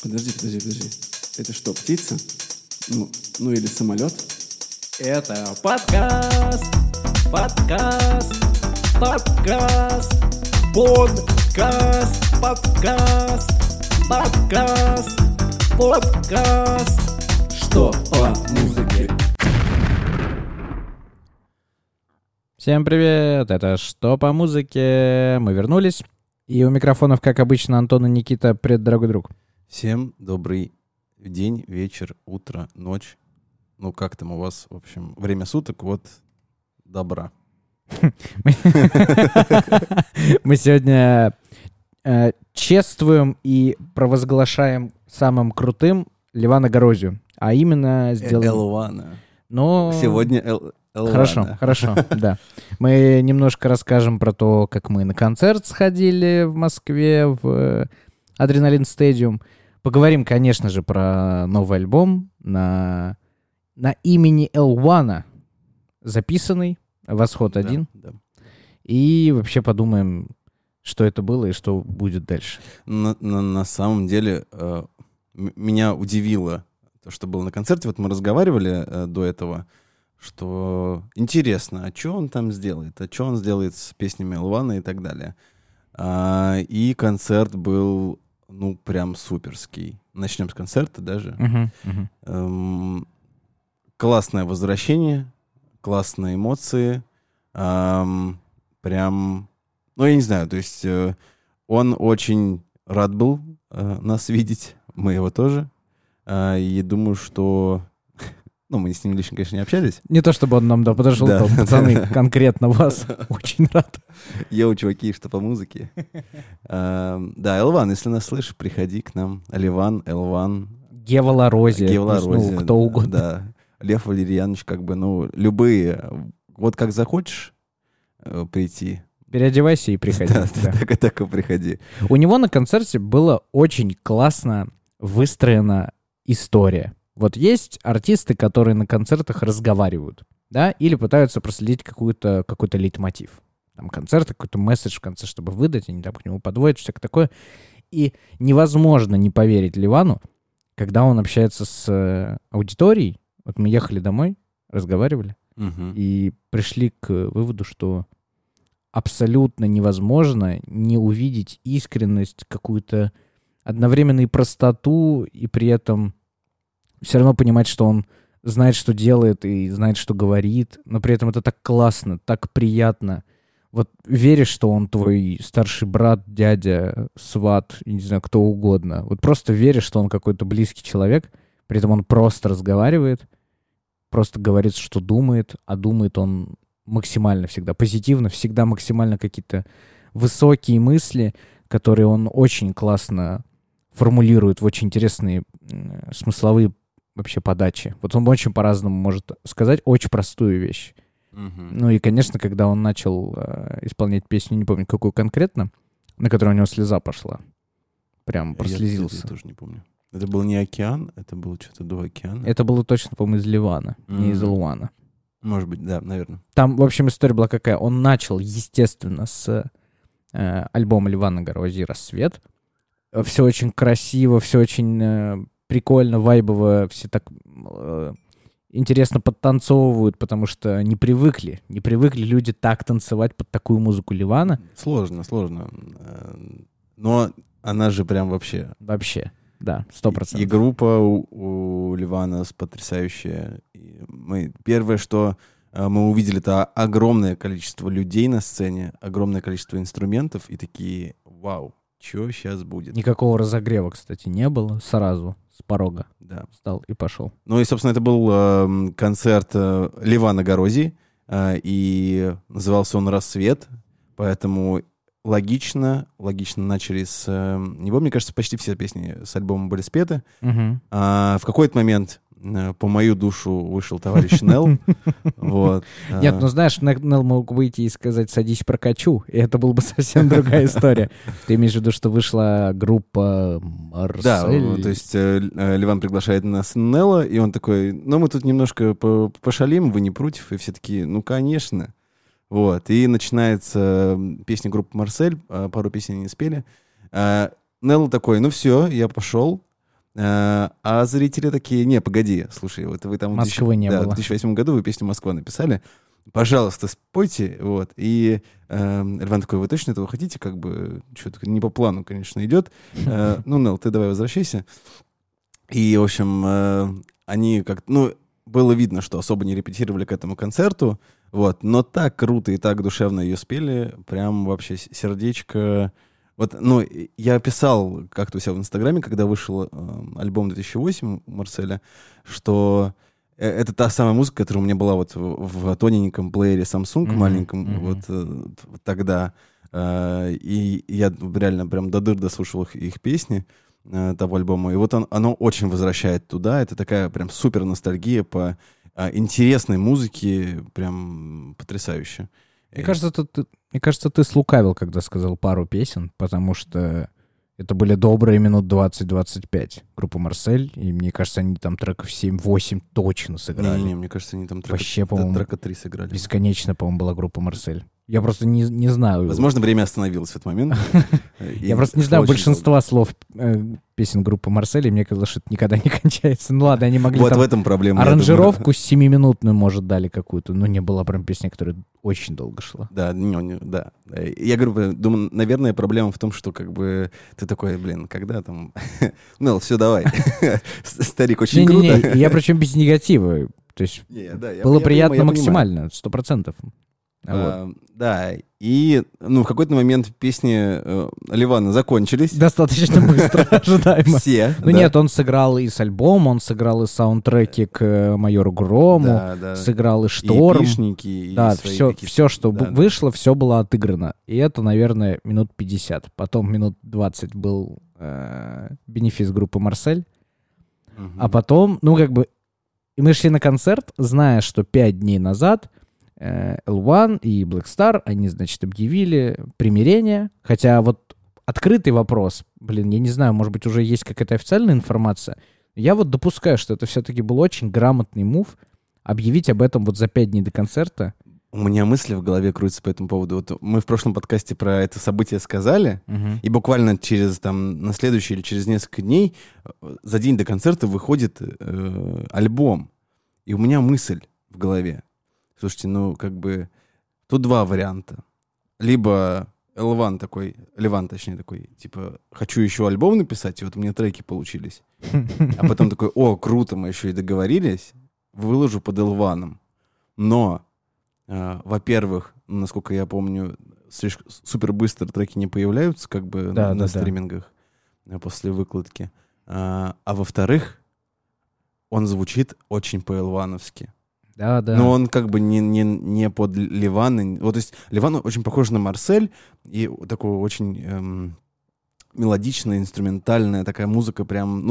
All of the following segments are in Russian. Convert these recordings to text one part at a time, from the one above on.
Подожди. Это что, птица? Ну или самолет? Это подкаст. Что по музыке? Всем привет, это «Что по музыке?». Мы вернулись. И у микрофонов, как обычно, Антон и Никита. Привет, дорогой друг. Всем добрый день, вечер, утро, ночь. Ну, как там у вас, в общем, время суток, вот, добра. Мы сегодня чествуем и провозглашаем самым крутым Левана Горозию. А именно сделаем... Элвана. Но... Сегодня Элвана. Хорошо, да. Мы немножко расскажем про то, как мы на концерт сходили в Москве, в Адреналин Стадиум. Поговорим, конечно же, про новый альбом на имени Элвана, записанный «Восход-1». Да. И вообще подумаем, что это было и что будет дальше. На самом деле, меня удивило то, что было на концерте. Вот мы разговаривали до этого, что интересно, а что он там сделает? А что он сделает с песнями Элвана и так далее. И концерт был, ну, прям суперский. Начнем с концерта даже. Классное возвращение, классные эмоции. Прям, ну, я не знаю, то есть он очень рад был нас видеть, мы его тоже. И думаю, что... Ну, мы с ним лично, конечно, не общались. Не то, чтобы он нам подошел, Да. пацаны, конкретно вас очень рад. Йоу, чуваки, что по музыке. Да, Элван, если нас слышишь, приходи к нам. Элван. Геваларозия. Геваларозия. Кто угодно. Да. Лев Валерьянович, как бы, ну, любые. Вот как захочешь прийти. Переодевайся и приходи. Да, Да. так и приходи. У него на концерте была очень классно выстроена история. Вот есть артисты, которые на концертах разговаривают, да, или пытаются проследить какой-то лейтмотив. Там концерт, какой-то месседж в конце, чтобы выдать, они там к нему подводят, всякое такое. И невозможно не поверить Левану, когда он общается с аудиторией. Вот мы ехали домой, разговаривали, и пришли к выводу, что абсолютно невозможно не увидеть искренность, какую-то одновременно и простоту, и при этом все равно понимать, что он знает, что делает, и знает, что говорит, но при этом это так классно, так приятно. Вот веришь, что он твой старший брат, дядя, сват, я не знаю, кто угодно. Вот просто веришь, что он какой-то близкий человек, при этом он просто разговаривает, просто говорит, что думает, а думает он максимально всегда позитивно, всегда максимально какие-то высокие мысли, которые он очень классно формулирует в очень интересные смысловые вообще подачи. Вот он очень по-разному может сказать очень простую вещь. Ну и, конечно, когда он начал исполнять песню, не помню, какую конкретно, на которой у него слеза пошла, прям прослезился. Я тоже не помню. Это был не «Океан», это было что-то до «Океана». Это было точно, по-моему, из Ливана, не из Элвана. Может быть, да, наверное. Там, в общем, история была какая. Он начал, естественно, с альбома Левана Горозии «Рассвет». Все очень красиво, все очень прикольно, вайбово, все так интересно подтанцовывают, потому что не привыкли люди так танцевать под такую музыку Левана. Сложно. Но она же прям вообще... Вообще, да, 100%. И группа у Левана потрясающая. Первое, что мы увидели, это огромное количество людей на сцене, огромное количество инструментов, и такие, вау, что сейчас будет? Никакого разогрева, кстати, не было сразу, с порога. Да. Встал и пошел. Ну и, собственно, это был концерт Левана Горозии, и назывался он «Рассвет», поэтому логично начали с него. Мне кажется, почти все песни с альбома были спеты. В какой-то момент по мою душу вышел товарищ Нел. Вот. Нет, ну знаешь, Нел мог выйти и сказать «садись, прокачу», и это была бы совсем другая история. Ты имеешь в виду, что вышла группа Марсель? Да, то есть Леван приглашает нас Нелла, и он такой, ну мы тут немножко пошалим, вы не против? И все такие, ну конечно. Вот, и начинается песня группы «Марсель», пару песен они не спели. Нелл такой, ну все, я пошел. А зрители такие, не, погоди, слушай, вот вы там Москвы не было. в 2008 году вы песню «Москва» написали, пожалуйста, спойте, вот. И Леван такой, вы точно этого хотите? Как бы, что-то не по плану, конечно, идет. Ну, Нел, ты давай возвращайся. И, в общем, они как... Ну, было видно, что особо не репетировали к этому концерту, вот. Но так круто и так душевно ее спели, прям вообще сердечко... Вот, ну, я писал как-то у себя в Инстаграме, когда вышел альбом 2008 у Марселя, что это та самая музыка, которая у меня была вот в тоненьком плеере Samsung маленьком вот тогда. И я реально прям до дыр дослушал их песни того альбома. И вот оно очень возвращает туда. Это такая прям супер ностальгия по интересной музыке, прям потрясающе. Мне кажется, ты слукавил, когда сказал пару песен, потому что это были добрые минут 20-25 группа «Марсель», и мне кажется, они там треков 7-8 точно сыграли. Не, мне кажется, они там вообще, по-моему, трека 3 сыграли. Бесконечно, по-моему, была группа «Марсель». Я просто не знаю. Возможно, время остановилось в этот момент. Я просто не знаю большинства слов песен группы «Марсель», и мне казалось, что это никогда не кончается. Ну ладно, они могли вот там в этом проблема. аранжировку 7-минутную, может, дали какую-то, но не была прям песня, которая очень долго шла. Да, да. Я думаю, наверное, проблема в том, что как бы ты такой, блин, когда там... Ну, все, давай. Старик очень круто. Не-не-не, я причем без негатива. То есть было приятно максимально, 100%. Да, и в какой-то момент песни Ливана закончились. Достаточно быстро, ожидаемо. Все. Ну нет, он сыграл и с альбома, он сыграл и саундтреки к «Майору Грому», сыграл и «Шторм». И «Эпишники», да, все, что вышло, все было отыграно. И это, наверное, минут 50. Потом минут 20 был бенефис группы «Марсель». А потом, и мы шли на концерт, зная, что 5 дней назад L1 и Black Star, они, значит, объявили примирение. Хотя вот открытый вопрос, я не знаю, может быть, уже есть какая-то официальная информация. Я вот допускаю, что это все-таки был очень грамотный мув объявить об этом вот за 5 дней до концерта. У меня мысли в голове крутятся по этому поводу. Вот мы в прошлом подкасте про это событие сказали, и буквально на следующий или через несколько дней за день до концерта выходит альбом. И у меня мысль в голове. Слушайте, тут два варианта. Либо Ливан такой, типа, хочу еще альбом написать, и вот у меня треки получились. А потом такой, круто, мы еще и договорились, выложу под Ливаном. Но, во-первых, насколько я помню, супер быстро треки не появляются, на стримингах после выкладки. А во-вторых, он звучит очень по-элвановски. Да. Но он не под Ливана. Вот, то есть Ливан очень похож на Марсель, и такой очень мелодичная, инструментальная такая музыка, прям,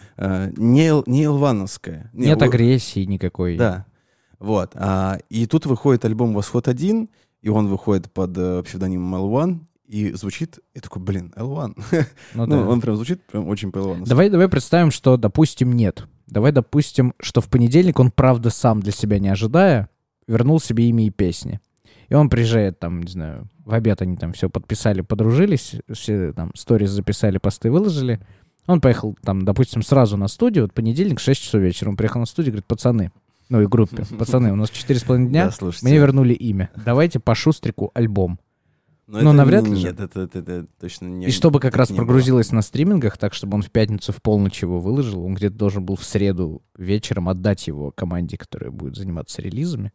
не элвановская. Нет агрессии никакой. Да. Вот. И тут выходит альбом «Восход-1», и он выходит под псевдонимом L1, и звучит, я такой, L1. Он прям звучит прям очень по-элвановски. Давай представим, что, допустим, нет. Давай допустим, что в понедельник он, правда, сам для себя не ожидая, вернул себе имя и песни. И он приезжает там, не знаю, в обед они там все подписали, подружились, все там сторис записали, посты выложили. Он поехал там, допустим, сразу на студию, вот понедельник, 6 часов вечера. Он приехал на студию, говорит, пацаны, и группе, пацаны, у нас 4,5 дня, мне вернули имя. Давайте по шустрику альбом. Но навряд ли. Нет, это точно не. И чтобы как раз прогрузилось на стримингах, так, чтобы он в пятницу в полночь его выложил, он где-то должен был в среду вечером отдать его команде, которая будет заниматься релизами.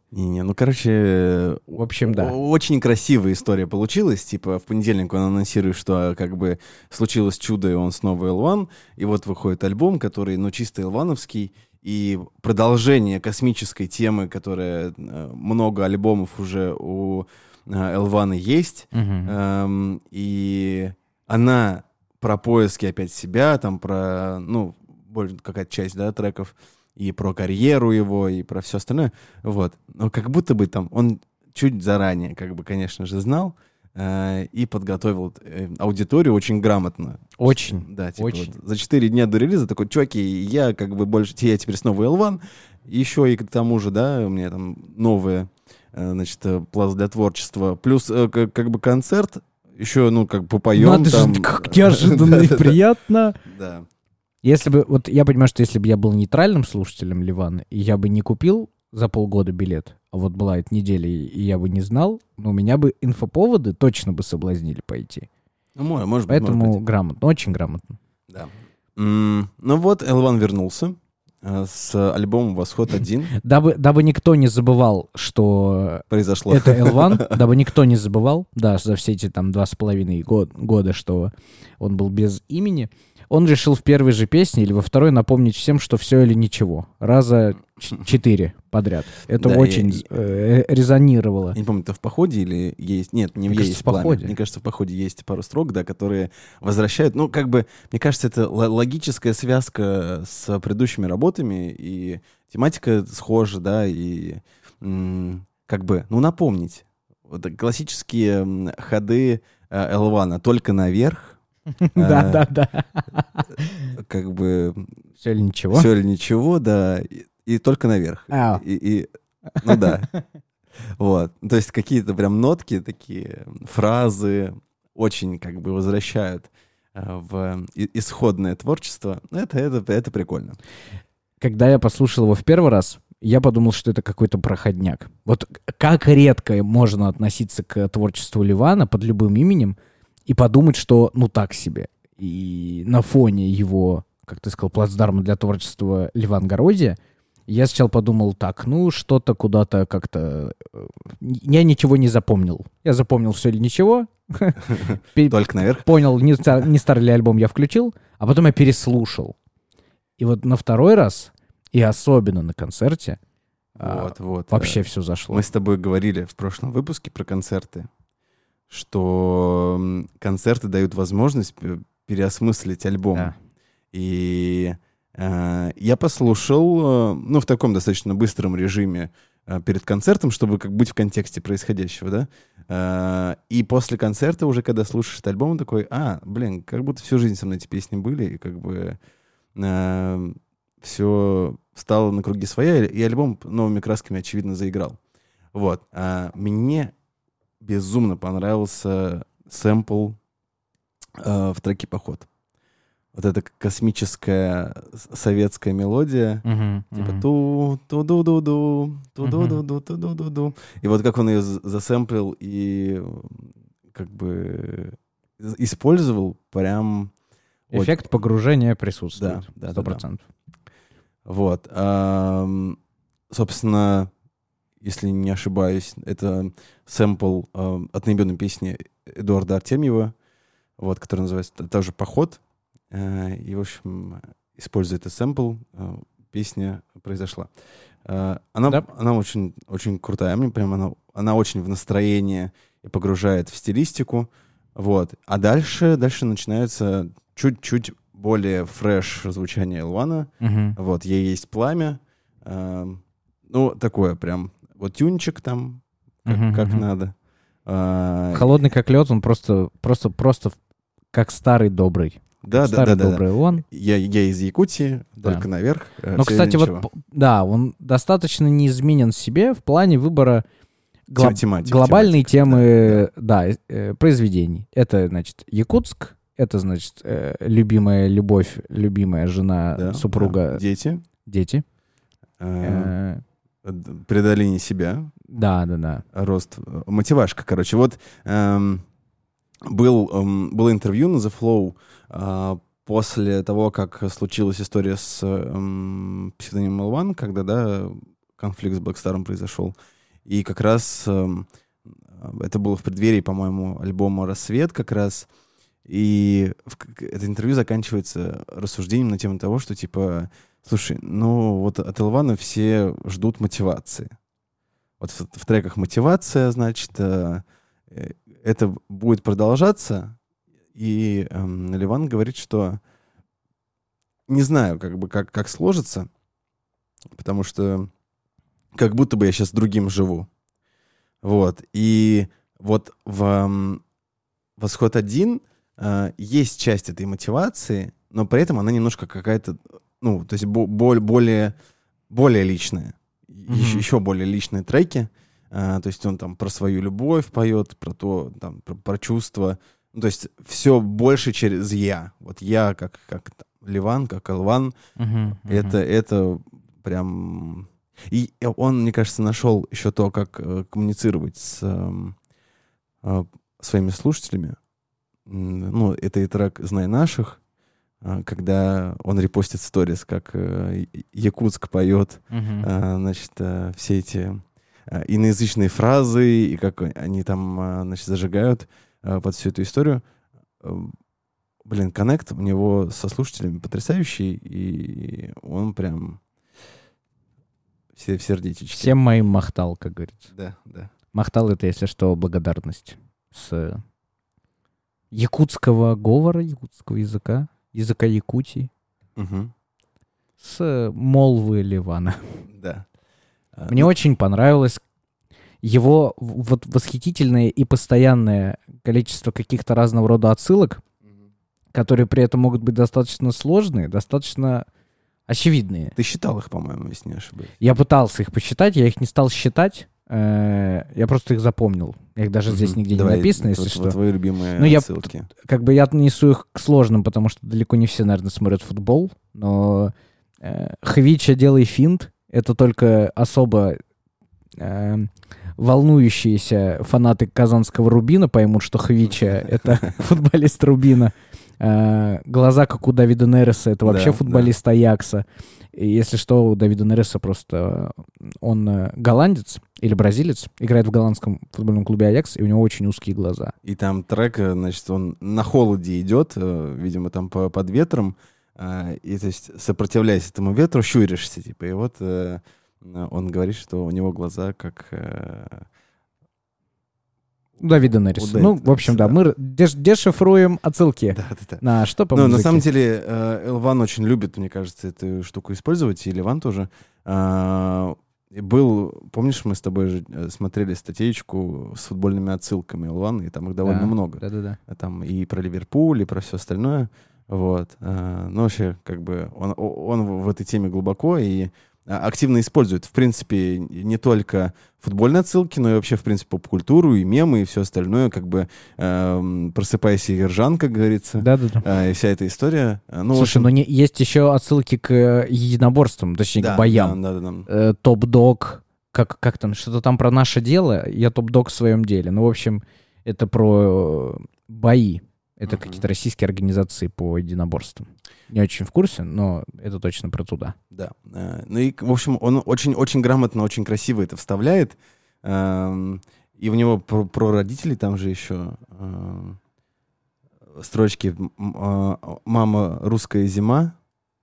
В общем, да. Очень красивая история получилась. Типа в понедельник он анонсирует, что случилось чудо, и он снова L1. И вот выходит альбом, который, чисто элвановский, и продолжение космической темы, которая много альбомов уже у Элвана есть, и она про поиски опять себя, там про, какая-то часть, треков, и про карьеру его, и про все остальное, вот. Но как будто бы там он чуть заранее, конечно же, знал, и подготовил аудиторию очень грамотно. Очень. Да, очень. За 4 дня до релиза такой, чуваки, я я теперь снова L1, еще и к тому же, у меня там новые пласт для творчества. Плюс, концерт. Еще, попоем. Надо там. же, как неожиданно и приятно. Да. Если бы, вот я понимаю, что если бы я был нейтральным слушателем Ливана, и я бы не купил за полгода билет, а вот была эта неделя, и я бы не знал, но меня бы инфоповоды точно бы соблазнили пойти. Ну, может быть, Поэтому может быть. грамотно, очень грамотно. Да. Ну вот, L1 вернулся с альбомом «Восход-1». Дабы никто не забывал, что Произошло. это L1, дабы никто не забывал, да, за все эти там 2,5 года, что он был без имени, он решил в первой же песне или во второй напомнить всем, что все или ничего. Раза 4 подряд. Это Да, очень резонировало. Я не помню, это в «Походе» или есть... Нет, не в Мне кажется, «Есть в «Походе». пламя». Мне кажется, в «Походе» есть пару строк, да, которые возвращают... Ну, как бы, мне кажется, это логическая связка с предыдущими работами, и тематика схожа, да, и как бы, ну, напомнить. Вот классические ходы L1, только наверх. Да. Как бы... Все или ничего. Все или ничего, да, и только наверх. Ну да. Вот. То есть какие-то прям нотки, такие фразы очень как бы возвращают в исходное творчество. Это прикольно. Когда я послушал его в первый раз, я подумал, что это какой-то проходняк. Вот как редко можно относиться к творчеству Ливана под любым именем и подумать, что ну так себе. И на фоне его, как ты сказал, плацдарма для творчества Ливан Горозия, я сначала подумал так, ну что-то куда-то как-то... Я ничего не запомнил. Я запомнил все или ничего. Только наверх. Понял, не старый ли альбом я включил, а потом я переслушал. И вот на второй раз, и особенно на концерте, вообще все зашло. Мы с тобой говорили в прошлом выпуске про концерты, что концерты дают возможность переосмыслить альбом. Да. И я послушал, в таком достаточно быстром режиме перед концертом, чтобы как быть в контексте происходящего, да. И после концерта уже, когда слушаешь этот альбом, такой, как будто всю жизнь со мной эти песни были, и как бы все стало на круги своя, и альбом новыми красками, очевидно, заиграл. Вот. Мне безумно понравился сэмпл в треке «Поход». Вот эта космическая советская мелодия, типа ту-ду-ду-ду, ту-ду-ду-ду, ту-ду-ду-ду. И вот как он ее засэмплил и как бы использовал, прям... Эффект погружения присутствует. Да, 100%. Вот. Собственно, если не ошибаюсь, это сэмпл от наебенной песни Эдуарда Артемьева, вот, который называется тоже «Поход». И, в общем, используя этот сэмпл, песня произошла. Она очень, очень крутая. Мне прям она очень в настроение и погружает в стилистику. Вот. А дальше начинается чуть-чуть более фреш звучание L1. Вот. «Ей есть пламя». Такое прям. Вот тюнчик там, как надо. Холодный как лед, он просто как старый добрый. Да. Добрый он. Я из Якутии, только наверх. Но, кстати, он достаточно неизменен себе в плане выбора глобальной темы произведений. Это, значит, Якутск, это, значит, любимая любовь, любимая жена, супруга. Дети. Преодоление себя. Да. Рост. Мотивашка, короче. Вот было интервью на The Flow после того, как случилась история с псевдонимом L1, когда, конфликт с Blackstar произошел. И как раз это было в преддверии, по-моему, альбома «Рассвет» как раз. И это интервью заканчивается рассуждением на тему того, что, типа, слушай, вот от L1 все ждут мотивации. Вот в треках мотивация, значит, это будет продолжаться. И Ливан говорит, что не знаю, как сложится, потому что как будто бы я сейчас другим живу. Вот. И вот в «Восход-1» есть часть этой мотивации, но при этом она немножко какая-то, то есть более личная. Еще более личные треки. То есть он там про свою любовь поет, про то, там, про чувства. То есть все больше через «я». Вот я как Ливан, как Элван. Это прям... И он, мне кажется, нашел еще то, как коммуницировать с своими слушателями. Ну, это и трек «Знай наших», когда он репостит сторис, как Якутск поет, значит, все эти иноязычные фразы, и как они там, значит, зажигают под всю эту историю. Блин, коннект у него со слушателями потрясающий, и он прям все в сердечечке. Всем моим махтал, как говорится. Да, да. Махтал — это, если что, благодарность с якутского говора, якутского языка Якутии, с молвы Ливана. Да. Мне очень понравилось его вот восхитительное и постоянное количество каких-то разного рода отсылок, которые при этом могут быть достаточно сложные, достаточно очевидные. Ты считал их, по-моему, если не ошибаюсь. Я пытался их посчитать, я их не стал считать, я просто их запомнил. Я их даже здесь нигде не написано, если что. Твои любимые отсылки. Я отнесу их к сложным, потому что далеко не все, наверное, смотрят футбол, но Хвича «Делай финт» — это только особо волнующиеся фанаты казанского «Рубина» поймут, что Хвича — это футболист «Рубина». Глаза, как у Давида Нереса, это вообще футболист Аякса. И если что, у Давида Нереса просто... Он голландец или бразилец, играет в голландском футбольном клубе Аякс, и у него очень узкие глаза. И там трек, значит, он на холоде идет, видимо, там под ветром, и, то есть, сопротивляясь этому ветру, щуришься, типа, и вот он говорит, что у него глаза как... Давида Нереса. Ну, в общем, да, мы дешифруем отсылки на что по музыке. На самом деле, Элван очень любит, мне кажется, эту штуку использовать, и Ливан тоже. Помнишь, мы с тобой же смотрели статейку с футбольными отсылками Элвана, и там их довольно много. Да. Там и про Ливерпуль, и про все остальное. Вот. Ну, вообще, как бы, он в этой теме глубоко и активно использует, в принципе, не только футбольные отсылки, но и вообще, в принципе, поп-культуру и мемы, и все остальное, как бы «Просыпайся и ржан», как говорится. Да. И вся эта история. Слушай, есть еще отсылки к единоборствам, точнее, к боям. Да. Топ-дог, как там, что-то там про наше дело, я топ-дог в своем деле. Ну, в общем, это про бои. Это какие-то российские организации по единоборствам. Не очень в курсе, но это точно про туда. Да. Ну и, в общем, он очень грамотно, очень красиво это вставляет. И у него про родителей там же еще строчки «Мама, русская зима».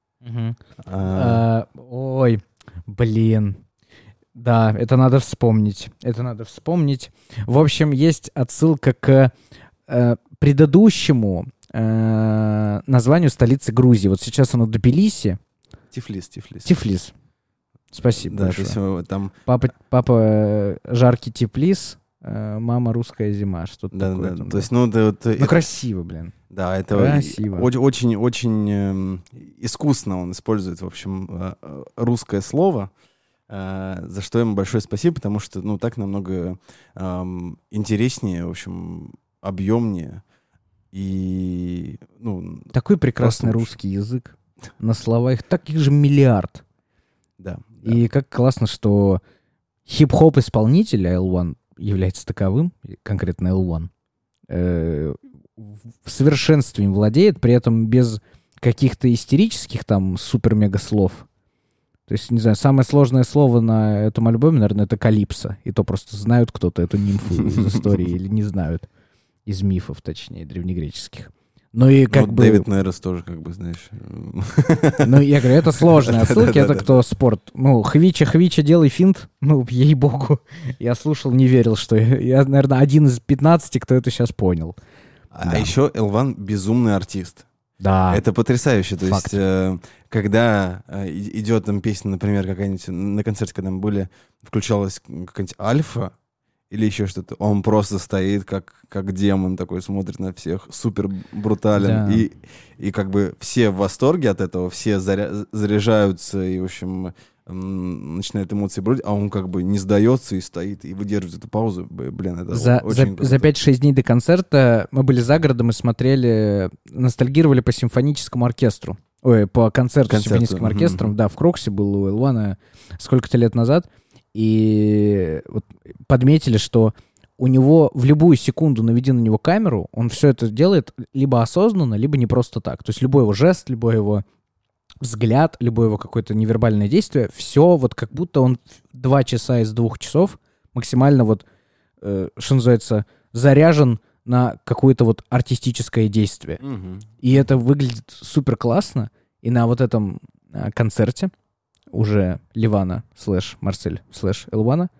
Ой, блин. Да, это надо вспомнить. В общем, есть отсылка к предыдущему названию столицы Грузии. Вот сейчас оно Тбилиси. Тифлис. Спасибо большое. То есть, там... Папа жаркий Тифлис, мама русская зима. Что-то такое. Да. То есть, красиво, блин. Да, это красиво. Очень искусно он использует, в общем, русское слово, за что ему большое спасибо, потому что, так намного интереснее, в общем, объемнее. И, такой прекрасный русский язык. На слова их таких же миллиард. Да. И как классно, что хип-хоп исполнитель, а L1 является таковым, конкретно L1, в совершенстве им владеет, при этом без каких-то истерических там супер-мега слов. То есть, не знаю, самое сложное слово на этом альбоме, наверное, это «Калипсо». И то просто знают кто-то эту нимфу из истории или не знают. Из мифов, точнее, древнегреческих. Ну и как бы... Дэвид Нерес тоже, как бы, знаешь... Ну, я говорю, это сложные отсылки, это кто спорт. Хвича, делай финт. Ей-богу. Я слушал, не верил, что... Я, наверное, один из 15, кто это сейчас понял. А еще Элван безумный артист. Да. Это потрясающе. То Факт. есть, когда идет там песня, например, какая-нибудь на концерте, когда мы были, включалась какая-нибудь «Альфа», или еще что-то. Он просто стоит, как демон такой, смотрит на всех, супер брутален. Да. И как бы все в восторге от этого, все заряжаются и, в общем, начинают эмоции бродить, а он как бы не сдается и стоит, и выдерживает эту паузу. Блин, это очень круто. За 5-6 дней до концерта мы были за городом и смотрели, ностальгировали по симфоническому оркестру. по концерту с Концерту, симфоническим оркестром, да, в Кроксе был у Элвана сколько-то лет назад, и вот подметили, что у него в любую секунду наведи на него камеру, он все это делает либо осознанно, либо не просто так. То есть любой его жест, любой его взгляд, любое его какое-то невербальное действие, все вот как будто он 2 часа из 2 часов максимально вот, что называется, заряжен на какое-то вот артистическое действие. И это выглядит супер классно. И на вот этом концерте уже Ливана / Марсель / Элвана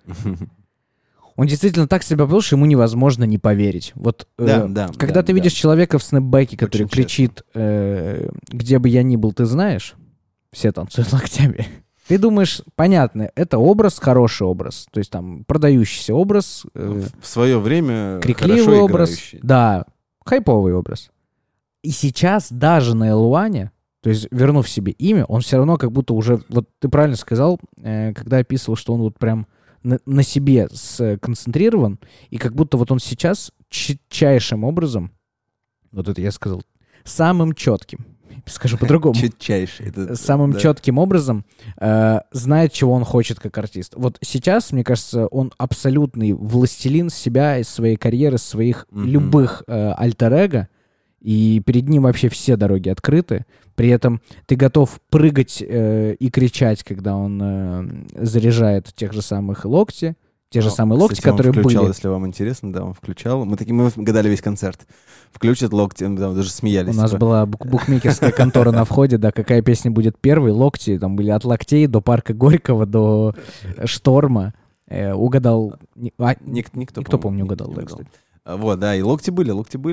он действительно так себя повел, что ему невозможно не поверить. Вот когда ты видишь человека в снэпбэке, который очень кричит «Где бы я ни был, ты знаешь», все танцуют локтями. Ты думаешь, понятно, это образ, хороший образ. То есть там продающийся образ. В свое время крикливый образ. Играющий. Да, хайповый образ. И сейчас даже на Элване, то есть вернув себе имя, он все равно как будто уже, вот ты правильно сказал, когда описывал, что он вот прям на себе сконцентрирован, и как будто вот он сейчас читчайшим образом, вот это я сказал, самым четким, скажу по-другому, Читчайший. самым четким образом знает, чего он хочет как артист. Вот сейчас, мне кажется, он абсолютный властелин себя, из своей карьеры, своих любых альтер-эго, и перед ним вообще все дороги открыты. При этом ты готов прыгать и кричать, когда он заряжает тех же самых локти, те же самые локти, кстати, которые он включал, были. если вам интересно, да, он включал. Мы гадали весь концерт. Включат локти, мы там даже смеялись. У нас была букмекерская контора на входе, да, какая песня будет первой, локти, там были от локтей до парка Горького, до Шторма. Угадал... Никто, помню, угадал, да, кстати. Вот, да, и локти были,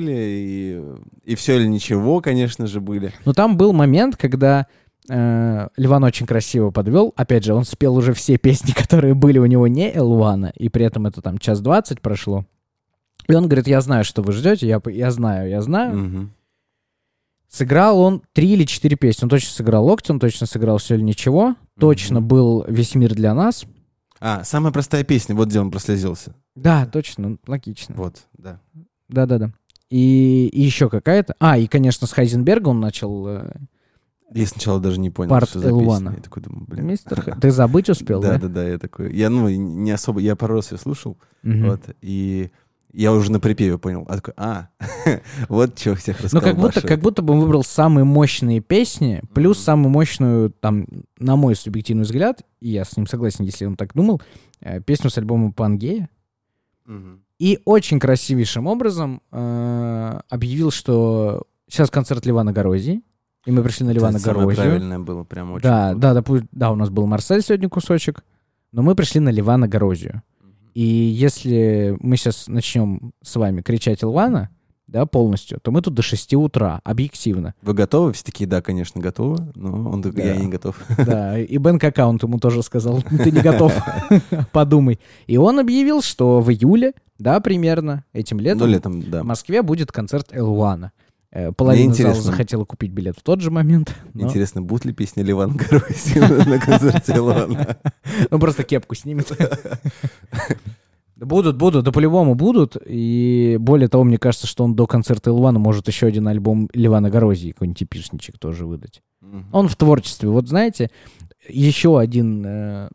и все или ничего, конечно же, были. Но там был момент, когда Ливан очень красиво подвел. Опять же, он спел уже все песни, которые были у него не Элвана, и при этом это там 1:20 прошло. И он говорит, я знаю, что вы ждете, я знаю. Угу. Сыграл он 3 или 4 песни. Он точно сыграл локти, он точно сыграл все или ничего. Точно был «Весь мир для нас». Самая простая песня, вот где он прослезился. Да, точно, логично. Вот, да. Да. И еще какая-то... и, конечно, с Хайзенберга он начал... Я сначала даже не понял, Парт что за Элвана. песня. Я такой думаю, блин. Мистер Ты забыть успел, да? Да, я такой... Я не особо... Я пару раз ее слушал, вот, и я уже на припеве понял. А такой, вот что всех расколбашивает. Ну, как будто бы он выбрал самые мощные песни, плюс самую мощную, там, на мой субъективный взгляд, и я с ним согласен, если он так думал, песню с альбома Пангея. И очень красивейшим образом объявил, что сейчас концерт Ливана Горозии, и мы пришли на Ливана Горозию. Самое правильное было, прям очень Да, у нас был Марсель сегодня кусочек, но мы пришли на Ливана Горозию. И если мы сейчас начнем с вами кричать Элвана, да, полностью, то мы тут до 6 утра, объективно. Вы готовы? Все такие, да, конечно, готовы. Но он такой, я не готов. Да, и бэнк-аккаунт ему тоже сказал, ты не готов, подумай. И он объявил, что в июле, да, примерно, этим летом, в Москве будет концерт Элвана. Половина зала захотела купить билет в тот же момент. Интересно, будет ли песня Ливана Горозии на концерте Элвана? Ну, просто кепку снимет. Будут, да по-любому будут. И более того, мне кажется, что он до концерта Элвана может еще один альбом Ливана Горозии, какой-нибудь типичничек тоже выдать. Он в творчестве. Вот знаете, еще один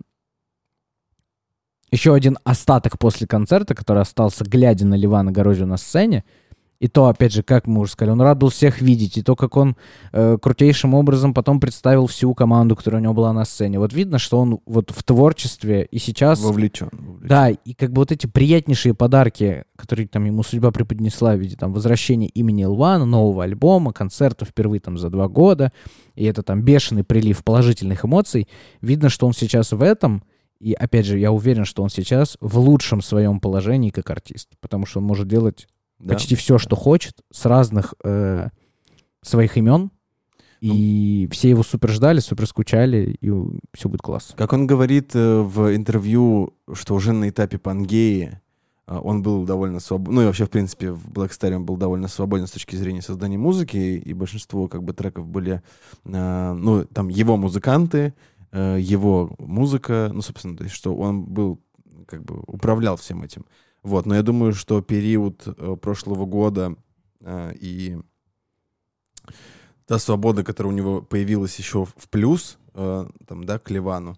остаток после концерта, который остался, глядя на Ливана Горозию на сцене. И то, опять же, как мы уже сказали, он рад был всех видеть. И то, как он крутейшим образом потом представил всю команду, которая у него была на сцене. Вот видно, что он вот в творчестве и сейчас... Вовлечен. Да, и как бы вот эти приятнейшие подарки, которые там ему судьба преподнесла в виде там возвращения имени Элвана, нового альбома, концерта впервые там за 2 года, и это там бешеный прилив положительных эмоций. Видно, что он сейчас в этом... И, опять же, я уверен, что он сейчас в лучшем своем положении как артист. Потому что он может делать... почти все, что хочет, с разных своих имен. И все его супер ждали, супер скучали, и все будет классно. Как он говорит в интервью, что уже на этапе Пангеи он был довольно свободен. Ну и вообще, в принципе, в Black Star он был довольно свободен с точки зрения создания музыки, и большинство как бы треков были, ну, там, его музыканты, его музыка, ну, собственно, то есть, что он был, как бы, управлял всем этим. Вот, но я думаю, что период прошлого года и та свобода, которая у него появилась еще в плюс, там, да, к Ливану,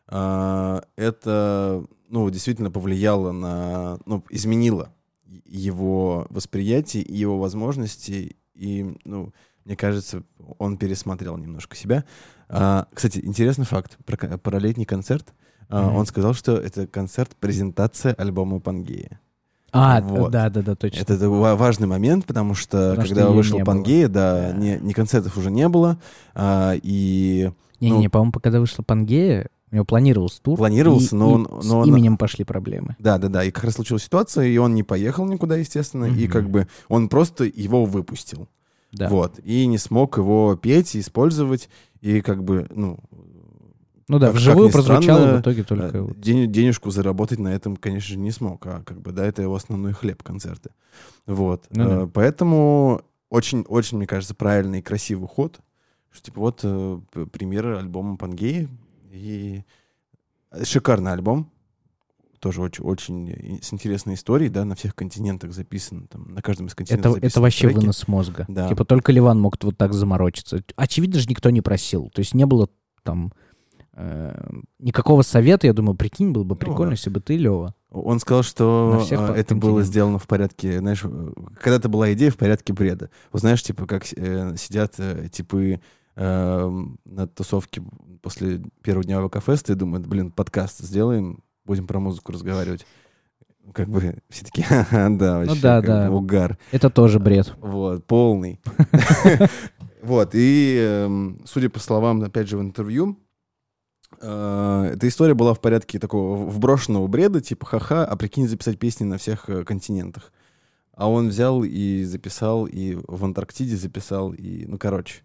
это, ну, действительно повлияло на, ну, изменило его восприятие и его возможности, и, ну, мне кажется, он пересмотрел немножко себя. Кстати, интересный факт про летний концерт. Он сказал, что это концерт-презентация альбома «Пангея». Вот. Да, точно. Это важный момент, потому что когда вышел «Пангея», да, ни концертов уже не было, и... Не, по-моему, когда вышла «Пангея», у него планировался тур. Планировался, но с именем пошли проблемы. Да. И как раз случилась ситуация, и он не поехал никуда, естественно, и как бы он просто его выпустил. Да. Вот. И не смог его петь, использовать, и как бы, ну... Ну да, вживую прозвучало в итоге только... Денежку заработать на этом, конечно же, не смог, а как бы, да, это его основной хлеб, концерты. Вот. Поэтому очень, мне кажется, правильный и красивый ход, что, типа, вот премьера альбома «Пангеи», и шикарный альбом, тоже очень с интересной историей, да, на всех континентах записан, там, на каждом из континентов записаны это вообще треки. вынос мозга. Да. Типа только Ливан мог вот так заморочиться. Очевидно же, никто не просил. То есть не было там никакого совета. Я думаю, прикинь, было бы прикольно, если бы ты, Лёва. Он сказал, что это было сделано в порядке, знаешь, когда-то была идея в порядке бреда. Вот знаешь, типа, как сидят типы на тусовке после первого дня ВК-феста и думают, блин, подкаст сделаем, будем про музыку разговаривать. Как бы все таки да, вообще, угар. Это тоже бред. Вот, полный. Вот, и судя по словам, опять же, в интервью, эта история была в порядке такого вброшенного бреда, типа ха-ха, а прикинь, записать песни на всех континентах. А он взял и записал, и в Антарктиде записал, и, ну, короче,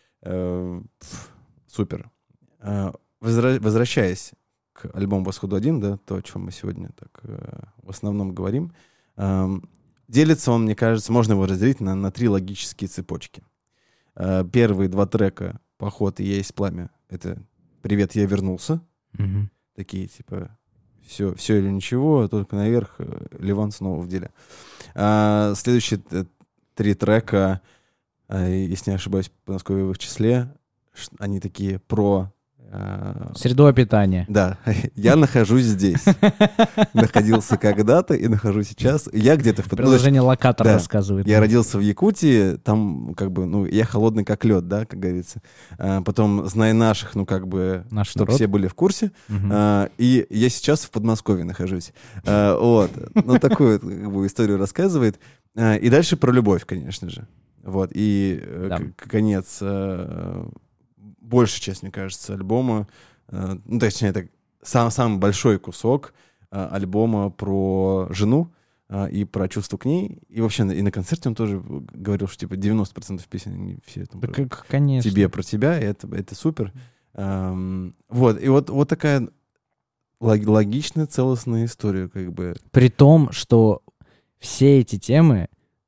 супер. Возвращаясь к альбому «Восходу-1», да, то, о чем мы сегодня так в основном говорим, делится он, мне кажется, можно его разделить на 3 логические цепочки. Первые 2 трека «Поход» и «Я есть пламя» — это «Привет, я вернулся». Такие, типа, все или ничего, только наверх, Ливан снова в деле. Следующие 3 трека, если не ошибаюсь, по Подмосковье в их числе, они такие про... Средовое питание. Да, я нахожусь здесь. Находился когда-то и нахожусь сейчас. Я где-то в Приложение «Локатор» рассказывает. Я родился в Якутии, там как бы, ну, я холодный как лед, да, как говорится. Потом, знай наших, ну, как бы, чтобы все были в курсе. И я сейчас в Подмосковье нахожусь. Вот. Ну, такую как бы историю рассказывает. И дальше про любовь, конечно же. Вот. И конец... большая часть, мне кажется, альбома, ну, точнее, это самый большой кусок альбома про жену и про чувство к ней. И вообще, и на концерте он тоже говорил, что, типа, 90% песен, они все там конечно. Тебе, про тебя, и это супер. Вот, и вот такая логичная, целостная история, как бы. При том, что все эти темы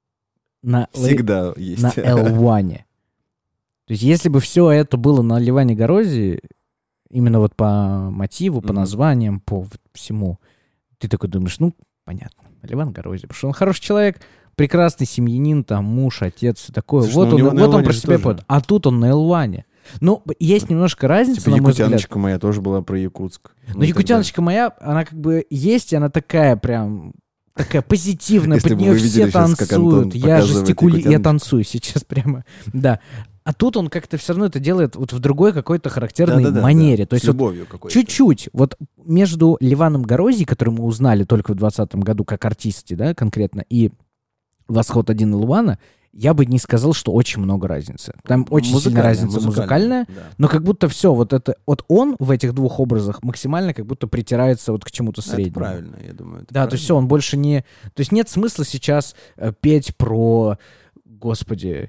всегда есть. На L1. То есть если бы все это было на Ливане Горозии, именно вот по мотиву, по названиям, по всему, ты такой думаешь, ну, понятно, Ливан Горозия, потому что он хороший человек, прекрасный семьянин, там, муж, отец, все такое. Слушай, вот он про себя поет. А тут он на L1. Ну, есть немножко разница, типа, на мой взгляд. «Якутяночка моя» тоже была про Якутск. Но «Якутяночка моя», она как бы есть, и она такая прям... Такая позитивная, под нее все танцуют. Я жестикулирую, я танцую сейчас прямо. Да. А тут он как-то все равно это делает вот в другой какой-то характерной манере. Да. То есть с любовью вот какой-то. Чуть-чуть. Вот между Ливаном Горозией, который мы узнали только в 2020 году как артисте, да, конкретно, и «Восход-1» Ливана, я бы не сказал, что очень много разницы. Там очень сильная разница музыкальная, да. Но как будто все, вот это, вот он в этих 2 образах максимально как будто притирается вот к чему-то среднему. Это правильно, я думаю. Да, правильно. То есть все, он больше не... То есть нет смысла сейчас петь про, господи...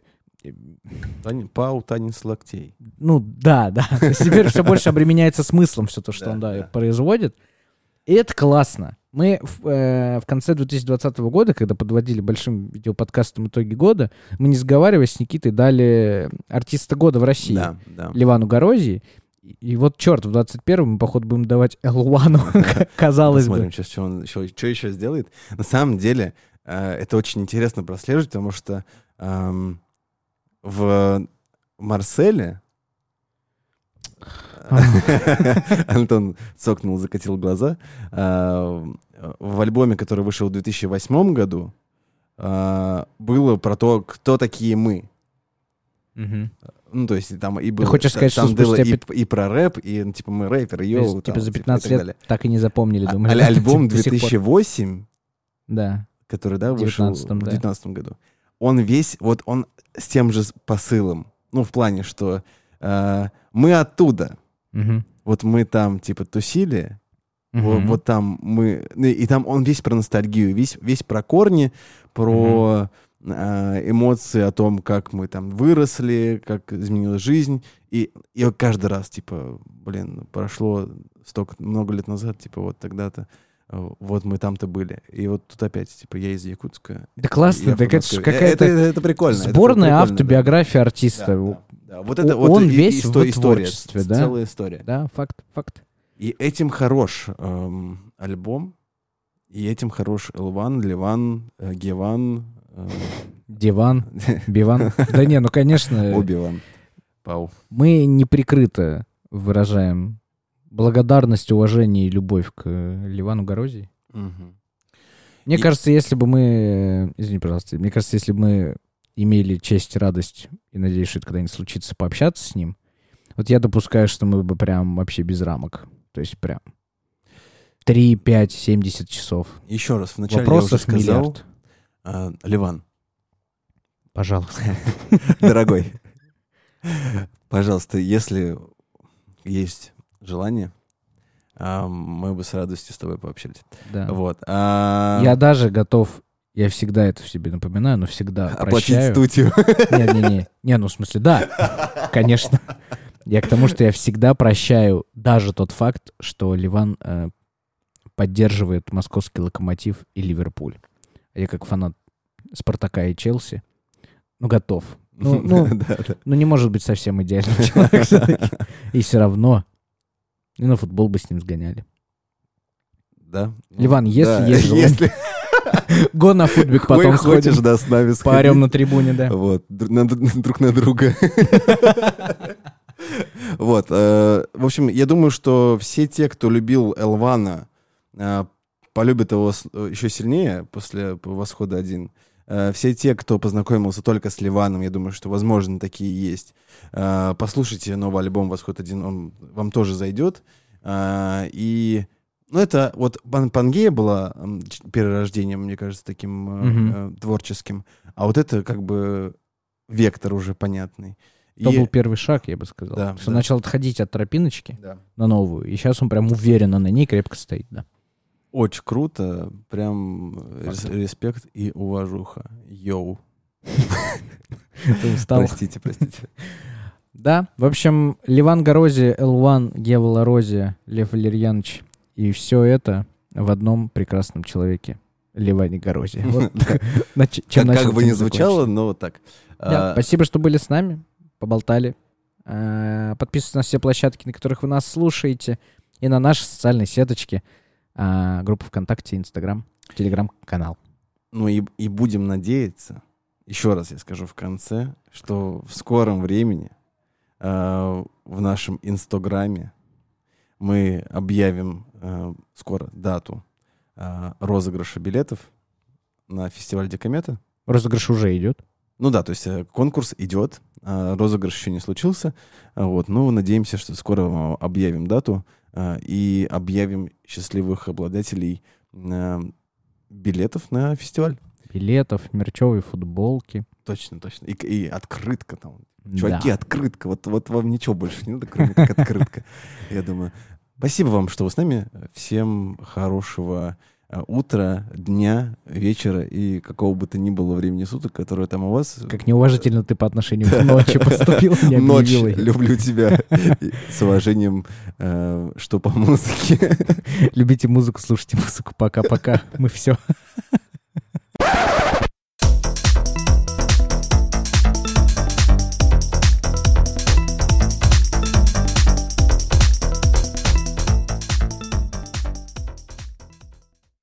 Пау, танец локтей. Ну, да. Теперь все больше обременяется смыслом все то, что он производит. И это классно. Мы в конце 2020 года, когда подводили большим видеоподкастом итоги года, мы, не сговариваясь с Никитой, дали артиста года в России, да. Ливану Горозии. И вот, черт, в 21-м мы, походу, будем давать L1, казалось бы. Посмотрим сейчас, что еще сделает. На самом деле, это очень интересно прослеживать, потому что в Марселе. Антон цокнул, закатил глаза. В альбоме, который вышел в 2008 году, было про то, кто такие мы. Ну, то есть там и было... Ты хочешь сказать, там что было спустя и про рэп, и типа мы рэперы, йоу. типа за 15 лет так и не запомнили, думаю. Альбом до сих пор. 2008, Да. который, да, вышел в 19-м, да. 2019 году, он весь, вот он с тем же посылом. Ну, в плане, что мы оттуда. Мгм. Вот мы там, типа, тусили, Мгм. вот там мы... И там он весь про ностальгию, весь про корни, про эмоции о том, как мы там выросли, как изменилась жизнь. И каждый раз, типа, блин, прошло много лет назад, типа, вот тогда-то, вот мы там-то были. И вот тут опять, типа, я из Якутска. Да классно, я так это Москвы. ж какая-то Это прикольно. это сборная прикольно, автобиография артиста. Да. Вот это вот Он и весь в история, творчестве, да? целая история. Да, факт. И этим хорош альбом, и этим хорош Элван, Ливан, Геван, Диван, Биван. Да не, ну конечно, Оби-Ван. Пау. мы неприкрыто выражаем благодарность, уважение и любовь к Ливану Горозии. Мгм. Мне И- кажется, если бы мы... Извини, пожалуйста. Мне кажется, если бы мы имели честь, радость, и надеюсь, что это когда-нибудь случится, пообщаться с ним, вот я допускаю, что мы бы прям вообще без рамок. То есть прям 3, 5, 70 часов. Еще раз, вначале Вопросов я уже сказал, миллиард. Ливан, Пожалуйста. дорогой, пожалуйста, если есть желание, мы бы с радостью с тобой пообщались. Да. Вот. Я даже готов, я всегда это в себе напоминаю, но всегда Оплатить прощаю. студию. Не, ну в смысле, да, конечно. Я к тому, что я всегда прощаю даже тот факт, что Ливан поддерживает московский «Локомотив» и «Ливерпуль». Я как фанат «Спартака» и «Челси», ну, готов. Ну, Да, да. не может быть совсем идеальным человек все-таки. И все равно. И на футбол бы с ним сгоняли. Да. Ливан, если Да, есть желание, если го на футбик потом хочешь, сходим, да, с нами сходить. поорем на трибуне, да. Вот, друг на друга. Вот, в общем, я думаю, что все те, кто любил Элвана, полюбят его еще сильнее после «Восхода 1». Все те, кто познакомился только с Ливаном, я думаю, что, возможно, такие есть. Послушайте новый альбом «Восход 1», он вам тоже зайдет. И, ну, это вот Пангея была перерождением, мне кажется, таким творческим. А вот это как бы вектор уже понятный. Это был первый шаг, я бы сказал. Да, Что да. начал отходить от тропиночки Да. на новую. И сейчас он прям уверенно на ней крепко стоит, да. Очень круто, прям Факт. респект и уважуха. Йоу. Ты устал. Простите. Да, в общем, Ливан Горозия, Элван, Гева Ларозия, Лев Валерьянович. И все это в одном прекрасном человеке. Ливане Горозия. Вот чем начал, Как бы тем ни и звучало, закончил. но вот так. Да, спасибо, что были с нами, поболтали. Подписывайтесь на все площадки, на которых вы нас слушаете, и на наши социальные сеточки. Группа ВКонтакте, Инстаграм, Телеграм-канал. Ну и будем надеяться, еще раз я скажу в конце, что в скором времени в нашем Инстаграме мы объявим скоро дату розыгрыша билетов на фестиваль Дикомета. Розыгрыш уже идет. Ну да, то есть конкурс идет, розыгрыш еще не случился, вот, но надеемся, что скоро объявим дату и объявим счастливых обладателей билетов на фестиваль. Билетов, мерчевые футболки. Точно. И открытка там. Да. Чуваки, открытка. Вот вам ничего больше не надо, кроме как открытка. Я думаю, спасибо вам, что вы с нами. Всем хорошего утра, дня, вечера и какого бы то ни было времени суток, которое там у вас. Как неуважительно ты по отношению к ночи поступил, не Ночь, объявил её. люблю тебя. И с уважением, что по музыке. Любите музыку, слушайте музыку. Пока-пока. Мы все.